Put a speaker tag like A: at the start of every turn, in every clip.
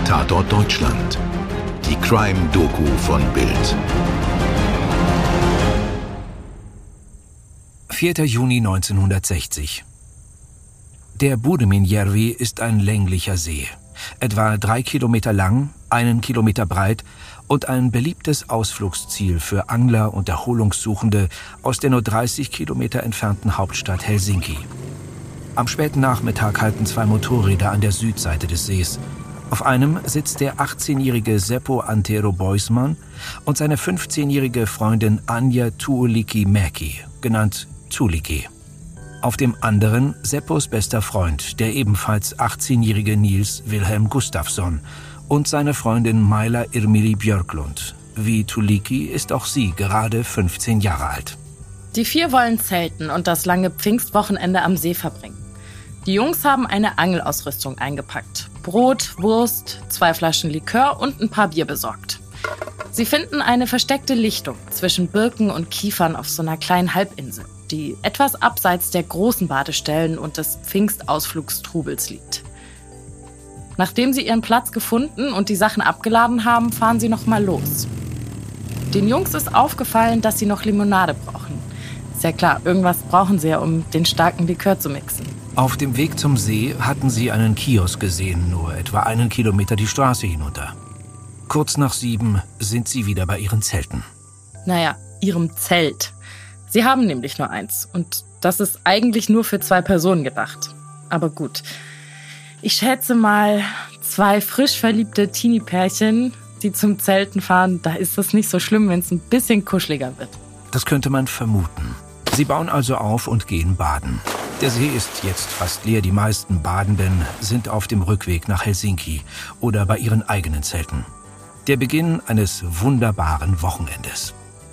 A: Tatort Deutschland. Die Crime-Doku von Bild.
B: 4. Juni 1960. Der Budeminjärvi ist ein länglicher See. Etwa 3 Kilometer lang, 1 Kilometer breit und ein beliebtes Ausflugsziel für Angler und Erholungssuchende aus der nur 30 Kilometer entfernten Hauptstadt Helsinki. Am späten Nachmittag halten 2 Motorräder an der Südseite des Sees. Auf einem sitzt der 18-jährige Seppo Antero Boisman und seine 15-jährige Freundin Anja Tuulikki-Mäki, genannt Tuulikki. Auf dem anderen Seppos bester Freund, der ebenfalls 18-jährige Nils Wilhelm Gustafsson und seine Freundin Maila Irmeli Björklund. Wie Tuulikki ist auch sie gerade 15 Jahre alt.
C: Die 4 wollen zelten und das lange Pfingstwochenende am See verbringen. Die Jungs haben eine Angelausrüstung eingepackt. Brot, Wurst, 2 Flaschen Likör und ein paar Bier besorgt. Sie finden eine versteckte Lichtung zwischen Birken und Kiefern auf so einer kleinen Halbinsel, die etwas abseits der großen Badestellen und des Pfingstausflugstrubels liegt. Nachdem sie ihren Platz gefunden und die Sachen abgeladen haben, fahren sie nochmal los. Den Jungs ist aufgefallen, dass sie noch Limonade brauchen. Ist ja klar, irgendwas brauchen sie ja, um den starken Likör zu mixen.
B: Auf dem Weg zum See hatten sie einen Kiosk gesehen, nur etwa 1 Kilometer die Straße hinunter. Kurz nach 7 sind sie wieder bei ihren Zelten.
C: Naja, ihrem Zelt. Sie haben nämlich nur eins und das ist eigentlich nur für 2 Personen gedacht. Aber gut, ich schätze mal 2 frisch verliebte Teenie-Pärchen, die zum Zelten fahren, da ist das nicht so schlimm, wenn es ein bisschen kuscheliger wird.
B: Das könnte man vermuten. Sie bauen also auf und gehen baden. Der See ist jetzt fast leer. Die meisten Badenden sind auf dem Rückweg nach Helsinki oder bei ihren eigenen Zelten. Der Beginn eines wunderbaren Wochenendes.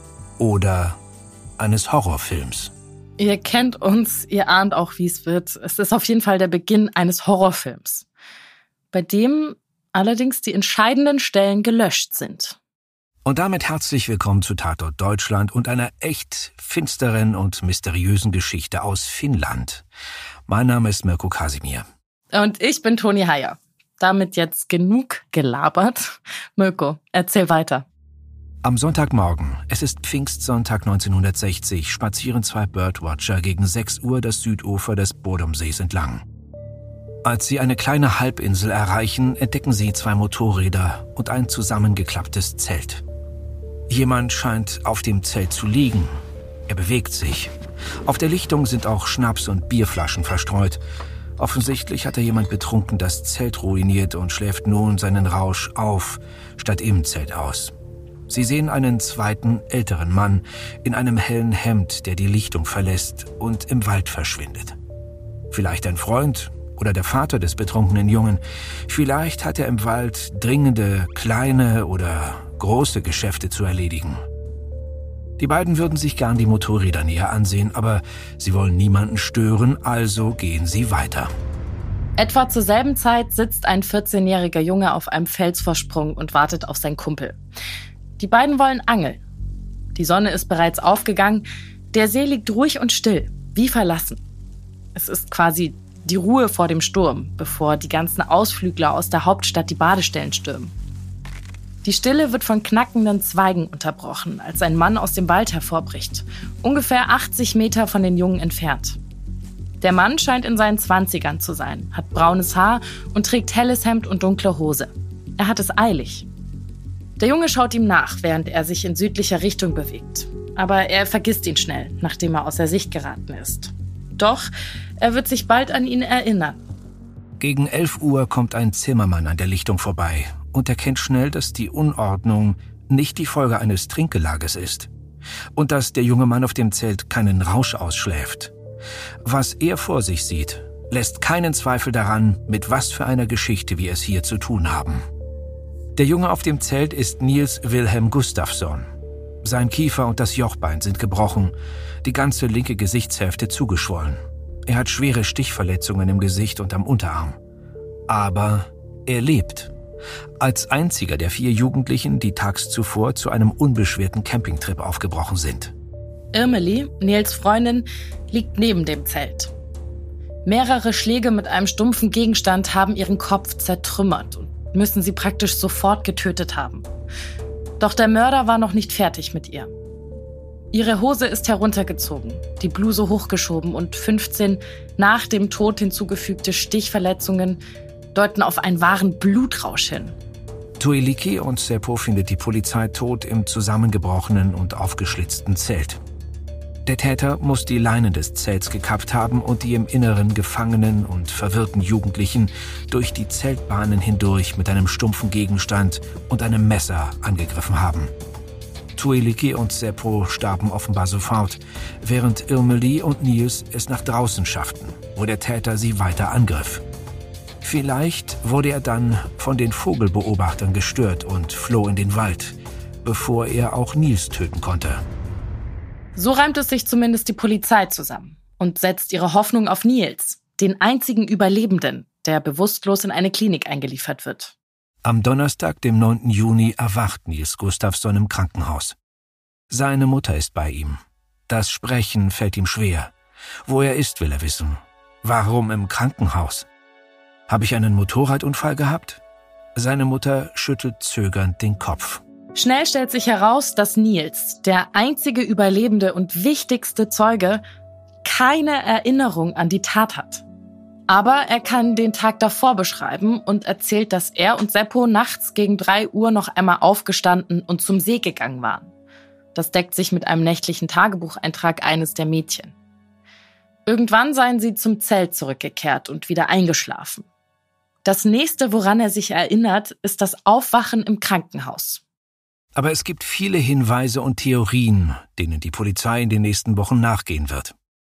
B: Oder eines Horrorfilms.
C: Ihr kennt uns, ihr ahnt auch, wie es wird. Es ist auf jeden Fall der Beginn eines Horrorfilms, bei dem allerdings die entscheidenden Stellen gelöscht sind.
B: Und damit herzlich willkommen zu Tatort Deutschland und einer echt finsteren und mysteriösen Geschichte aus Finnland. Mein Name ist Mirko Kasimir.
C: Und ich bin Toni Heyer. Damit jetzt genug gelabert. Mirko, erzähl weiter.
B: Am Sonntagmorgen, es ist Pfingstsonntag 1960, spazieren 2 Birdwatcher gegen 6 Uhr das Südufer des Bodomsees entlang. Als sie eine kleine Halbinsel erreichen, entdecken sie 2 Motorräder und ein zusammengeklapptes Zelt. Jemand scheint auf dem Zelt zu liegen. Er bewegt sich. Auf der Lichtung sind auch Schnaps- und Bierflaschen verstreut. Offensichtlich hat jemand betrunken das Zelt ruiniert und schläft nun seinen Rausch auf, statt im Zelt aus. Sie sehen einen zweiten, älteren Mann in einem hellen Hemd, der die Lichtung verlässt und im Wald verschwindet. Vielleicht ein Freund oder der Vater des betrunkenen Jungen. Vielleicht hat er im Wald dringende, kleine oder große Geschäfte zu erledigen. Die beiden würden sich gern die Motorräder näher ansehen, aber sie wollen niemanden stören, also gehen sie weiter.
C: Etwa zur selben Zeit sitzt ein 14-jähriger Junge auf einem Felsvorsprung und wartet auf seinen Kumpel. Die beiden wollen angeln. Die Sonne ist bereits aufgegangen, der See liegt ruhig und still, wie verlassen. Es ist quasi die Ruhe vor dem Sturm, bevor die ganzen Ausflügler aus der Hauptstadt die Badestellen stürmen. Die Stille wird von knackenden Zweigen unterbrochen, als ein Mann aus dem Wald hervorbricht, ungefähr 80 Meter von den Jungen entfernt. Der Mann scheint in seinen 20ern zu sein, hat braunes Haar und trägt helles Hemd und dunkle Hose. Er hat es eilig. Der Junge schaut ihm nach, während er sich in südlicher Richtung bewegt. Aber er vergisst ihn schnell, nachdem er außer Sicht geraten ist. Doch er wird sich bald an ihn erinnern.
B: Gegen 11 Uhr kommt ein Zimmermann an der Lichtung vorbei und erkennt schnell, dass die Unordnung nicht die Folge eines Trinkgelages ist und dass der junge Mann auf dem Zelt keinen Rausch ausschläft. Was er vor sich sieht, lässt keinen Zweifel daran, mit was für einer Geschichte wir es hier zu tun haben. Der Junge auf dem Zelt ist Nils Wilhelm Gustafsson. Sein Kiefer und das Jochbein sind gebrochen, die ganze linke Gesichtshälfte zugeschwollen. Er hat schwere Stichverletzungen im Gesicht und am Unterarm. Aber er lebt. Als einziger der 4 Jugendlichen, die tags zuvor zu einem unbeschwerten Campingtrip aufgebrochen sind.
C: Irmeli, Nils Freundin, liegt neben dem Zelt. Mehrere Schläge mit einem stumpfen Gegenstand haben ihren Kopf zertrümmert und müssen sie praktisch sofort getötet haben. Doch der Mörder war noch nicht fertig mit ihr. Ihre Hose ist heruntergezogen, die Bluse hochgeschoben und 15 nach dem Tod hinzugefügte Stichverletzungen deuten auf einen wahren Blutrausch hin.
B: Tuiliki und Seppo findet die Polizei tot im zusammengebrochenen und aufgeschlitzten Zelt. Der Täter muss die Leinen des Zelts gekappt haben und die im Inneren gefangenen und verwirrten Jugendlichen durch die Zeltbahnen hindurch mit einem stumpfen Gegenstand und einem Messer angegriffen haben. Tuiliki und Seppo starben offenbar sofort, während Irmeli und Niels es nach draußen schafften, wo der Täter sie weiter angriff. Vielleicht wurde er dann von den Vogelbeobachtern gestört und floh in den Wald, bevor er auch Niels töten konnte.
C: So reimt es sich zumindest die Polizei zusammen und setzt ihre Hoffnung auf Niels, den einzigen Überlebenden, der bewusstlos in eine Klinik eingeliefert wird.
B: Am Donnerstag, dem 9. Juni, erwacht Niels Gustafsson im Krankenhaus. Seine Mutter ist bei ihm. Das Sprechen fällt ihm schwer. Wo er ist, will er wissen. Warum im Krankenhaus? Habe ich einen Motorradunfall gehabt? Seine Mutter schüttelt zögernd den Kopf.
C: Schnell stellt sich heraus, dass Niels, der einzige Überlebende und wichtigste Zeuge, keine Erinnerung an die Tat hat. Aber er kann den Tag davor beschreiben und erzählt, dass er und Seppo nachts gegen 3 Uhr noch einmal aufgestanden und zum See gegangen waren. Das deckt sich mit einem nächtlichen Tagebucheintrag eines der Mädchen. Irgendwann seien sie zum Zelt zurückgekehrt und wieder eingeschlafen. Das nächste, woran er sich erinnert, ist das Aufwachen im Krankenhaus.
B: Aber es gibt viele Hinweise und Theorien, denen die Polizei in den nächsten Wochen nachgehen wird.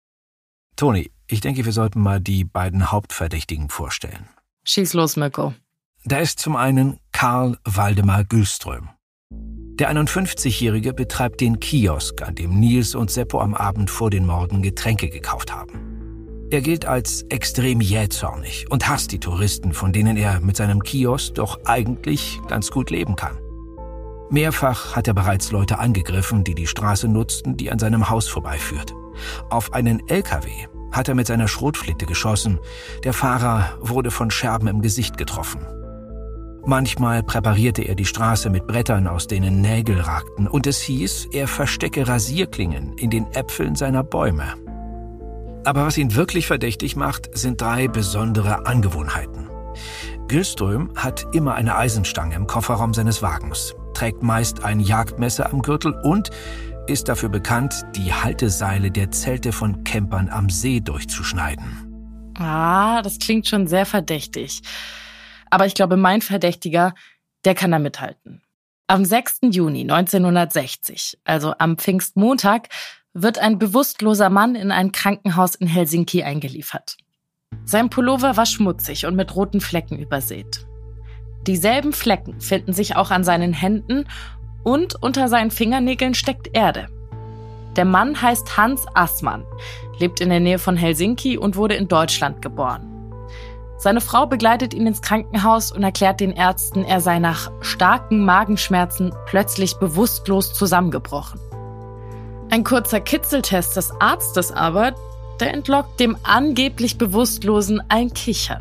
B: Toni, ich denke, wir sollten mal die beiden Hauptverdächtigen vorstellen.
C: Schieß los, Mirko.
B: Da ist zum einen Karl Waldemar Gyllström. Der 51-Jährige betreibt den Kiosk, an dem Niels und Seppo am Abend vor den Morden Getränke gekauft haben. Er gilt als extrem jähzornig und hasst die Touristen, von denen er mit seinem Kiosk doch eigentlich ganz gut leben kann. Mehrfach hat er bereits Leute angegriffen, die die Straße nutzten, die an seinem Haus vorbeiführt. Auf einen LKW hat er mit seiner Schrotflinte geschossen. Der Fahrer wurde von Scherben im Gesicht getroffen. Manchmal präparierte er die Straße mit Brettern, aus denen Nägel ragten, und es hieß, er verstecke Rasierklingen in den Äpfeln seiner Bäume. Aber was ihn wirklich verdächtig macht, sind 3 besondere Angewohnheiten. Gyllström hat immer eine Eisenstange im Kofferraum seines Wagens, trägt meist ein Jagdmesser am Gürtel und ist dafür bekannt, die Halteseile der Zelte von Campern am See durchzuschneiden.
C: Das klingt schon sehr verdächtig. Aber ich glaube, mein Verdächtiger, der kann da mithalten. Am 6. Juni 1960, also am Pfingstmontag, wird ein bewusstloser Mann in ein Krankenhaus in Helsinki eingeliefert. Sein Pullover war schmutzig und mit roten Flecken übersät. Dieselben Flecken finden sich auch an seinen Händen und unter seinen Fingernägeln steckt Erde. Der Mann heißt Hans Assmann, lebt in der Nähe von Helsinki und wurde in Deutschland geboren. Seine Frau begleitet ihn ins Krankenhaus und erklärt den Ärzten, er sei nach starken Magenschmerzen plötzlich bewusstlos zusammengebrochen. Ein kurzer Kitzeltest des Arztes aber, der entlockt dem angeblich Bewusstlosen ein Kichern.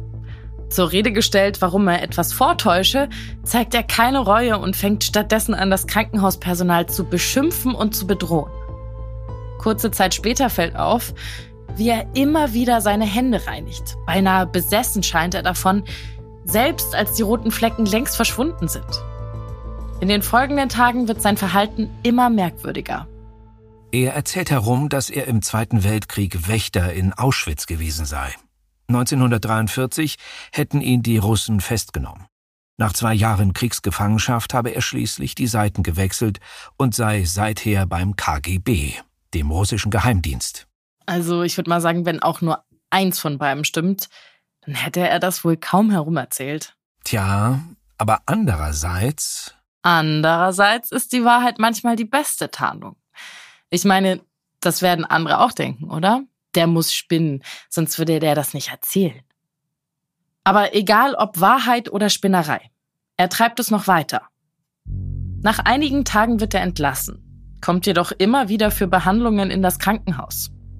C: Zur Rede gestellt, warum er etwas vortäusche, zeigt er keine Reue und fängt stattdessen an, das Krankenhauspersonal zu beschimpfen und zu bedrohen. Kurze Zeit später fällt auf, wie er immer wieder seine Hände reinigt. Beinahe besessen scheint er davon, selbst als die roten Flecken längst verschwunden sind. In den folgenden Tagen wird sein Verhalten immer merkwürdiger.
B: Er erzählt herum, dass er im Zweiten Weltkrieg Wächter in Auschwitz gewesen sei. 1943 hätten ihn die Russen festgenommen. Nach 2 Jahren Kriegsgefangenschaft habe er schließlich die Seiten gewechselt und sei seither beim KGB, dem russischen Geheimdienst.
C: Also ich würde mal sagen, wenn auch nur eins von beiden stimmt, dann hätte er das wohl kaum herum erzählt.
B: Tja, aber andererseits...
C: Andererseits ist die Wahrheit manchmal die beste Tarnung. Ich meine, das werden andere auch denken, oder? Der muss spinnen, sonst würde der das nicht erzählen. Aber egal ob Wahrheit oder Spinnerei, er treibt es noch weiter. Nach einigen Tagen wird er entlassen, kommt jedoch immer wieder für Behandlungen in das Krankenhaus.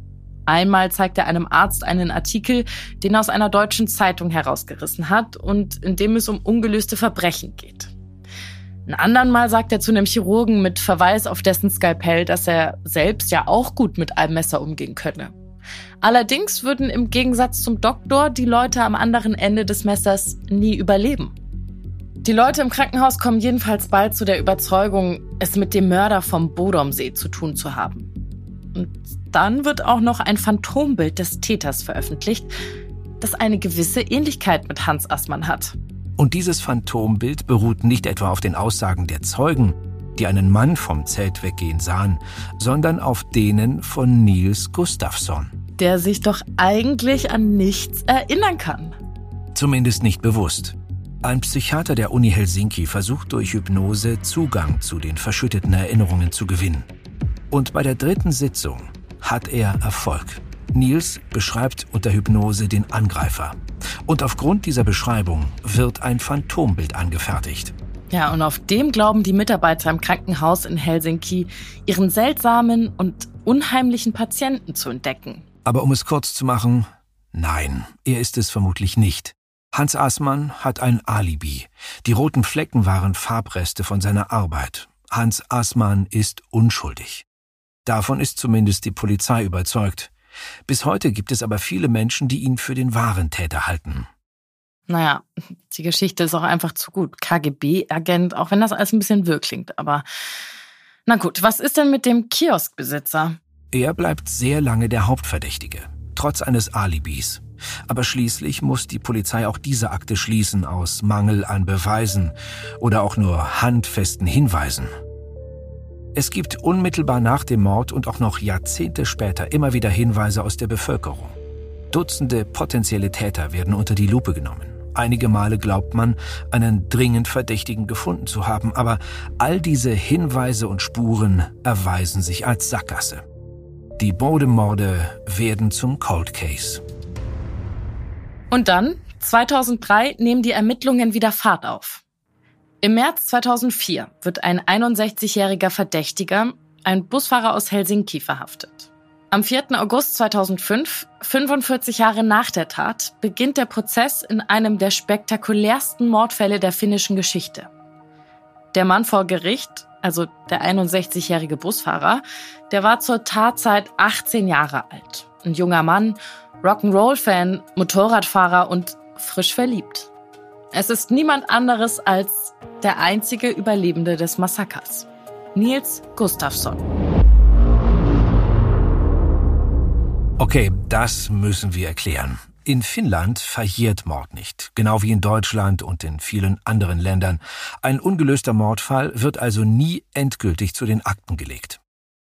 C: Einmal zeigt er einem Arzt einen Artikel, den er aus einer deutschen Zeitung herausgerissen hat und in dem es um ungelöste Verbrechen geht. Ein anderen Mal sagt er zu einem Chirurgen mit Verweis auf dessen Skalpell, dass er selbst ja auch gut mit einem Messer umgehen könne. Allerdings würden im Gegensatz zum Doktor die Leute am anderen Ende des Messers nie überleben. Die Leute im Krankenhaus kommen jedenfalls bald zu der Überzeugung, es mit dem Mörder vom Bodomsee zu tun zu haben. Und dann wird auch noch ein Phantombild des Täters veröffentlicht, das eine gewisse Ähnlichkeit mit Hans Assmann hat.
B: Und dieses Phantombild beruht nicht etwa auf den Aussagen der Zeugen, die einen Mann vom Zelt weggehen sahen, sondern auf denen von Niels Gustafsson.
C: Der sich doch eigentlich an nichts erinnern kann.
B: Zumindest nicht bewusst. Ein Psychiater der Uni Helsinki versucht durch Hypnose Zugang zu den verschütteten Erinnerungen zu gewinnen. Und bei der 3. Sitzung hat er Erfolg. Niels beschreibt unter Hypnose den Angreifer. Und aufgrund dieser Beschreibung wird ein Phantombild angefertigt.
C: Ja, und auf dem glauben die Mitarbeiter im Krankenhaus in Helsinki, ihren seltsamen und unheimlichen Patienten zu entdecken.
B: Aber um es kurz zu machen, nein, er ist es vermutlich nicht. Hans Assmann hat ein Alibi. Die roten Flecken waren Farbreste von seiner Arbeit. Hans Assmann ist unschuldig. Davon ist zumindest die Polizei überzeugt. Bis heute gibt es aber viele Menschen, die ihn für den wahren Täter halten.
C: Naja, die Geschichte ist auch einfach zu gut. KGB-Agent, auch wenn das alles ein bisschen wirr klingt. Aber na gut, was ist denn mit dem Kioskbesitzer?
B: Er bleibt sehr lange der Hauptverdächtige, trotz eines Alibis. Aber schließlich muss die Polizei auch diese Akte schließen aus Mangel an Beweisen oder auch nur handfesten Hinweisen. Es gibt unmittelbar nach dem Mord und auch noch Jahrzehnte später immer wieder Hinweise aus der Bevölkerung. Dutzende potenzielle Täter werden unter die Lupe genommen. Einige Male glaubt man, einen dringend Verdächtigen gefunden zu haben, aber all diese Hinweise und Spuren erweisen sich als Sackgasse. Die Bodem-Morde werden zum Cold Case.
C: Und dann, 2003, nehmen die Ermittlungen wieder Fahrt auf. Im März 2004 wird ein 61-jähriger Verdächtiger, ein Busfahrer aus Helsinki, verhaftet. Am 4. August 2005, 45 Jahre nach der Tat, beginnt der Prozess in einem der spektakulärsten Mordfälle der finnischen Geschichte. Der Mann vor Gericht, also der 61-jährige Busfahrer, der war zur Tatzeit 18 Jahre alt. Ein junger Mann, Rock'n'Roll-Fan, Motorradfahrer und frisch verliebt. Es ist niemand anderes als der einzige Überlebende des Massakers, Niels Gustafsson.
B: Okay, das müssen wir erklären. In Finnland verjährt Mord nicht, genau wie in Deutschland und in vielen anderen Ländern. Ein ungelöster Mordfall wird also nie endgültig zu den Akten gelegt.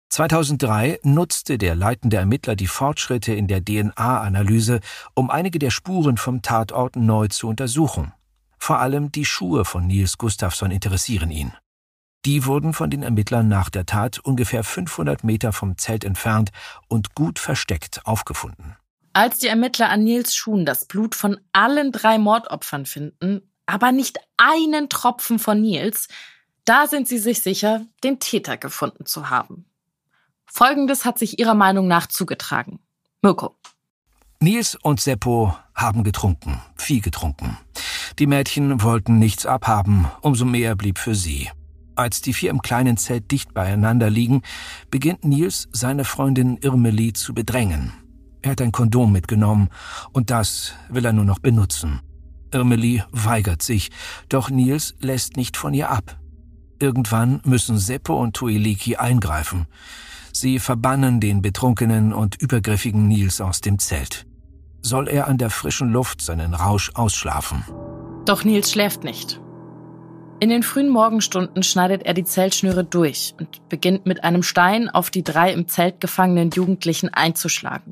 B: 2003 nutzte der leitende Ermittler die Fortschritte in der DNA-Analyse, um einige der Spuren vom Tatort neu zu untersuchen. Vor allem die Schuhe von Niels Gustafsson interessieren ihn. Die wurden von den Ermittlern nach der Tat ungefähr 500 Meter vom Zelt entfernt und gut versteckt aufgefunden.
C: Als die Ermittler an Niels Schuhen das Blut von allen 3 Mordopfern finden, aber nicht einen Tropfen von Niels, da sind sie sich sicher, den Täter gefunden zu haben. Folgendes hat sich ihrer Meinung nach zugetragen. Mirko.
B: Niels und Seppo haben getrunken, viel getrunken. Die Mädchen wollten nichts abhaben, umso mehr blieb für sie. Als die 4 im kleinen Zelt dicht beieinander liegen, beginnt Niels seine Freundin Irmeli zu bedrängen. Er hat ein Kondom mitgenommen und das will er nur noch benutzen. Irmeli weigert sich, doch Niels lässt nicht von ihr ab. Irgendwann müssen Seppo und Tuiliki eingreifen. Sie verbannen den betrunkenen und übergriffigen Niels aus dem Zelt. Soll er an der frischen Luft seinen Rausch ausschlafen?
C: Doch Niels schläft nicht. In den frühen Morgenstunden schneidet er die Zeltschnüre durch und beginnt mit einem Stein auf die 3 im Zelt gefangenen Jugendlichen einzuschlagen.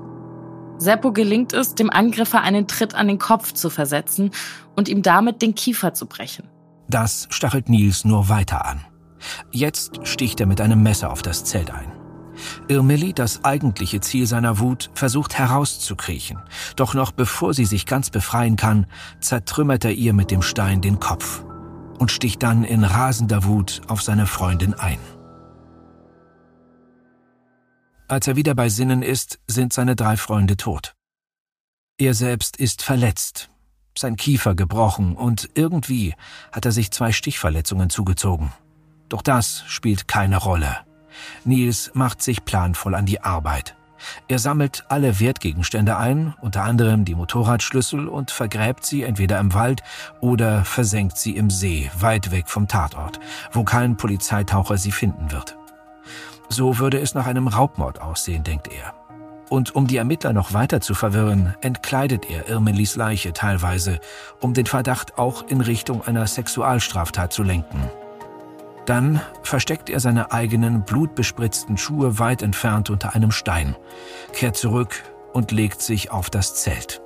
C: Seppo gelingt es, dem Angreifer einen Tritt an den Kopf zu versetzen und ihm damit den Kiefer zu brechen.
B: Das stachelt Niels nur weiter an. Jetzt sticht er mit einem Messer auf das Zelt ein. Irmeli, das eigentliche Ziel seiner Wut, versucht herauszukriechen. Doch noch bevor sie sich ganz befreien kann, zertrümmert er ihr mit dem Stein den Kopf und sticht dann in rasender Wut auf seine Freundin ein. Als er wieder bei Sinnen ist, sind seine 3 Freunde tot. Er selbst ist verletzt, sein Kiefer gebrochen und irgendwie hat er sich 2 Stichverletzungen zugezogen. Doch das spielt keine Rolle. Niels macht sich planvoll an die Arbeit. Er sammelt alle Wertgegenstände ein, unter anderem die Motorradschlüssel, und vergräbt sie entweder im Wald oder versenkt sie im See, weit weg vom Tatort, wo kein Polizeitaucher sie finden wird. So würde es nach einem Raubmord aussehen, denkt er. Und um die Ermittler noch weiter zu verwirren, entkleidet er Irmelis Leiche teilweise, um den Verdacht auch in Richtung einer Sexualstraftat zu lenken. Dann versteckt er seine eigenen blutbespritzten Schuhe weit entfernt unter einem Stein, kehrt zurück und legt sich auf das Zelt.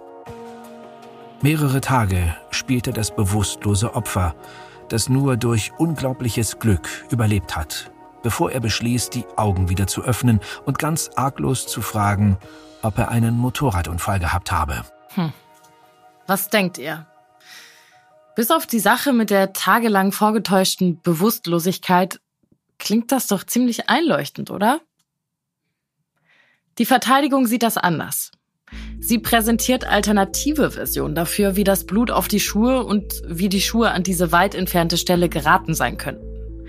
B: Mehrere Tage spielt er das bewusstlose Opfer, das nur durch unglaubliches Glück überlebt hat, bevor er beschließt, die Augen wieder zu öffnen und ganz arglos zu fragen, ob er einen Motorradunfall gehabt habe.
C: Was denkt ihr? Bis auf die Sache mit der tagelang vorgetäuschten Bewusstlosigkeit klingt das doch ziemlich einleuchtend, oder? Die Verteidigung sieht das anders. Sie präsentiert alternative Versionen dafür, wie das Blut auf die Schuhe und wie die Schuhe an diese weit entfernte Stelle geraten sein könnten.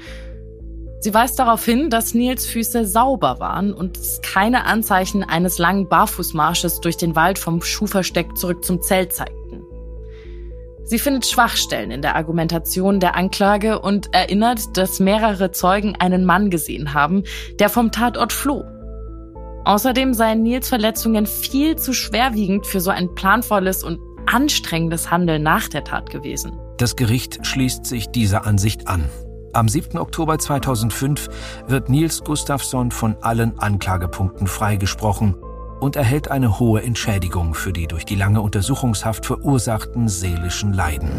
C: Sie weist darauf hin, dass Niels Füße sauber waren und es keine Anzeichen eines langen Barfußmarsches durch den Wald vom Schuhversteck zurück zum Zelt zeigten. Sie findet Schwachstellen in der Argumentation der Anklage und erinnert, dass mehrere Zeugen einen Mann gesehen haben, der vom Tatort floh. Außerdem seien Niels Verletzungen viel zu schwerwiegend für so ein planvolles und anstrengendes Handeln nach der Tat gewesen.
B: Das Gericht schließt sich dieser Ansicht an. Am 7. Oktober 2005 wird Niels Gustafsson von allen Anklagepunkten freigesprochen und erhält eine hohe Entschädigung für die durch die lange Untersuchungshaft verursachten seelischen Leiden.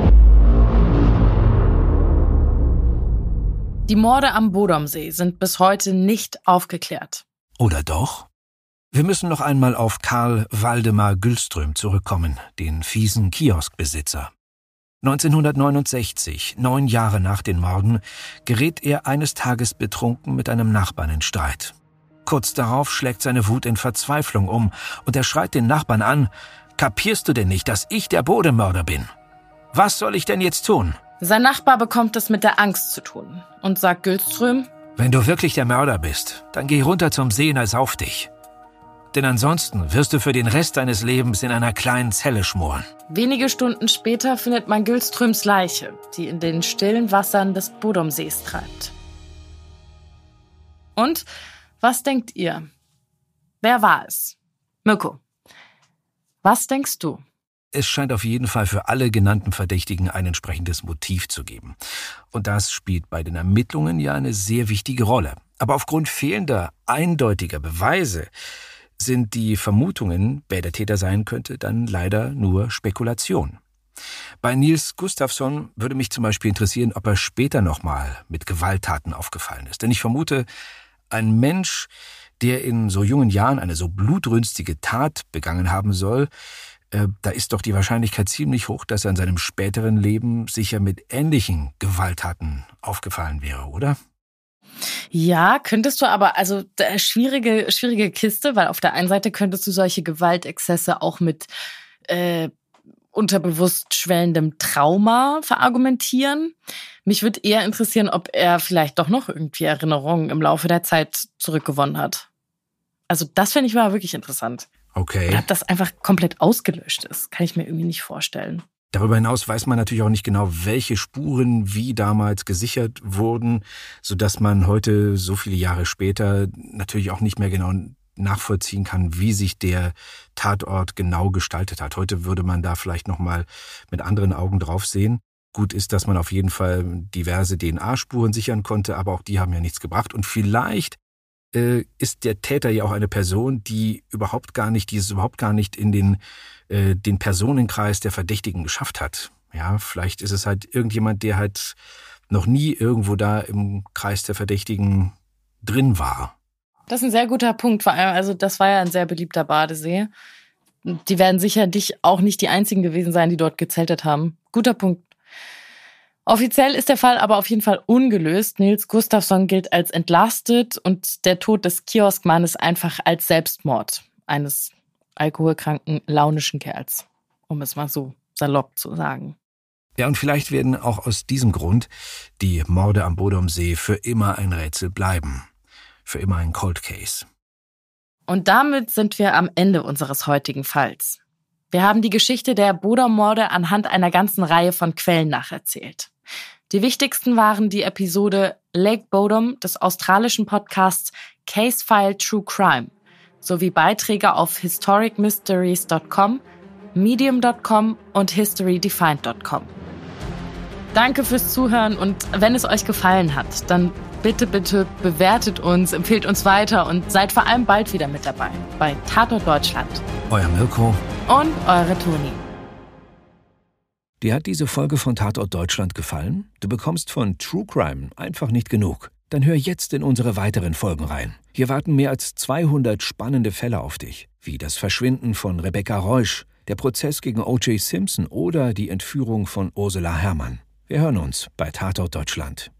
C: Die Morde am Bodomsee sind bis heute nicht aufgeklärt.
B: Oder doch? Wir müssen noch einmal auf Karl Waldemar Gyllström zurückkommen, den fiesen Kioskbesitzer. 1969, 9 Jahre nach den Morden, gerät er eines Tages betrunken mit einem Nachbarn in Streit. Kurz darauf schlägt seine Wut in Verzweiflung um und er schreit den Nachbarn an: »Kapierst du denn nicht, dass ich der Bodemörder bin? Was soll ich denn jetzt tun?«
C: Sein Nachbar bekommt es mit der Angst zu tun und sagt Gyllström:
B: »Wenn du wirklich der Mörder bist, dann geh runter zum See und ersauf dich. Denn ansonsten wirst du für den Rest deines Lebens in einer kleinen Zelle schmoren.«
C: Wenige Stunden später findet man Gyllströms Leiche, die in den stillen Wassern des Bodomsees treibt. Und was denkt ihr? Wer war es? Mirko, was denkst du?
B: Es scheint auf jeden Fall für alle genannten Verdächtigen ein entsprechendes Motiv zu geben. Und das spielt bei den Ermittlungen ja eine sehr wichtige Rolle. Aber aufgrund fehlender, eindeutiger Beweise sind die Vermutungen, wer der Täter sein könnte, dann leider nur Spekulation. Bei Niels Gustafsson würde mich zum Beispiel interessieren, ob er später nochmal mit Gewalttaten aufgefallen ist. Denn ich vermute, ein Mensch, der in so jungen Jahren eine so blutrünstige Tat begangen haben soll, da ist doch die Wahrscheinlichkeit ziemlich hoch, dass er in seinem späteren Leben sicher mit ähnlichen Gewalttaten aufgefallen wäre, oder?
C: Ja, könntest du aber, also schwierige Kiste, weil auf der einen Seite könntest du solche Gewaltexzesse auch mit unterbewusst schwellendem Trauma verargumentieren. Mich würde eher interessieren, ob er vielleicht doch noch irgendwie Erinnerungen im Laufe der Zeit zurückgewonnen hat. Also das fände ich mal wirklich interessant.
B: Okay.
C: Oder ob das einfach komplett ausgelöscht ist, kann ich mir irgendwie nicht vorstellen.
B: Darüber hinaus weiß man natürlich auch nicht genau, welche Spuren wie damals gesichert wurden, sodass man heute, so viele Jahre später, natürlich auch nicht mehr genau nachvollziehen kann, wie sich der Tatort genau gestaltet hat. Heute würde man da vielleicht nochmal mit anderen Augen drauf sehen. Gut ist, dass man auf jeden Fall diverse DNA-Spuren sichern konnte, aber auch die haben ja nichts gebracht. Und vielleicht ist der Täter ja auch eine Person, die es überhaupt gar nicht in den Personenkreis der Verdächtigen geschafft hat. Ja, vielleicht ist es halt irgendjemand, der halt noch nie irgendwo da im Kreis der Verdächtigen drin war.
C: Das ist ein sehr guter Punkt, vor allem, also das war ja ein sehr beliebter Badesee. Die werden sicherlich auch nicht die einzigen gewesen sein, die dort gezeltet haben. Guter Punkt. Offiziell ist der Fall aber auf jeden Fall ungelöst. Nils Gustafsson gilt als entlastet und der Tod des Kioskmannes einfach als Selbstmord eines alkoholkranken, launischen Kerls, um es mal so salopp zu sagen.
B: Ja, und vielleicht werden auch aus diesem Grund die Morde am Bodomsee für immer ein Rätsel bleiben. Für immer ein Cold Case.
C: Und damit sind wir am Ende unseres heutigen Falls. Wir haben die Geschichte der Bodom-Morde anhand einer ganzen Reihe von Quellen nacherzählt. Die wichtigsten waren die Episode Lake Bodom des australischen Podcasts Case File True Crime sowie Beiträge auf historicmysteries.com, medium.com und historydefined.com. Danke fürs Zuhören und wenn es euch gefallen hat, dann bitte bewertet uns, empfehlt uns weiter und seid vor allem bald wieder mit dabei bei Tatort Deutschland.
B: Euer Mirko
C: und eure Toni.
B: Dir hat diese Folge von Tatort Deutschland gefallen? Du bekommst von True Crime einfach nicht genug. Dann hör jetzt in unsere weiteren Folgen rein. Hier warten mehr als 200 spannende Fälle auf dich, wie das Verschwinden von Rebecca Reusch, der Prozess gegen O.J. Simpson oder die Entführung von Ursula Herrmann. Wir hören uns bei Tatort Deutschland.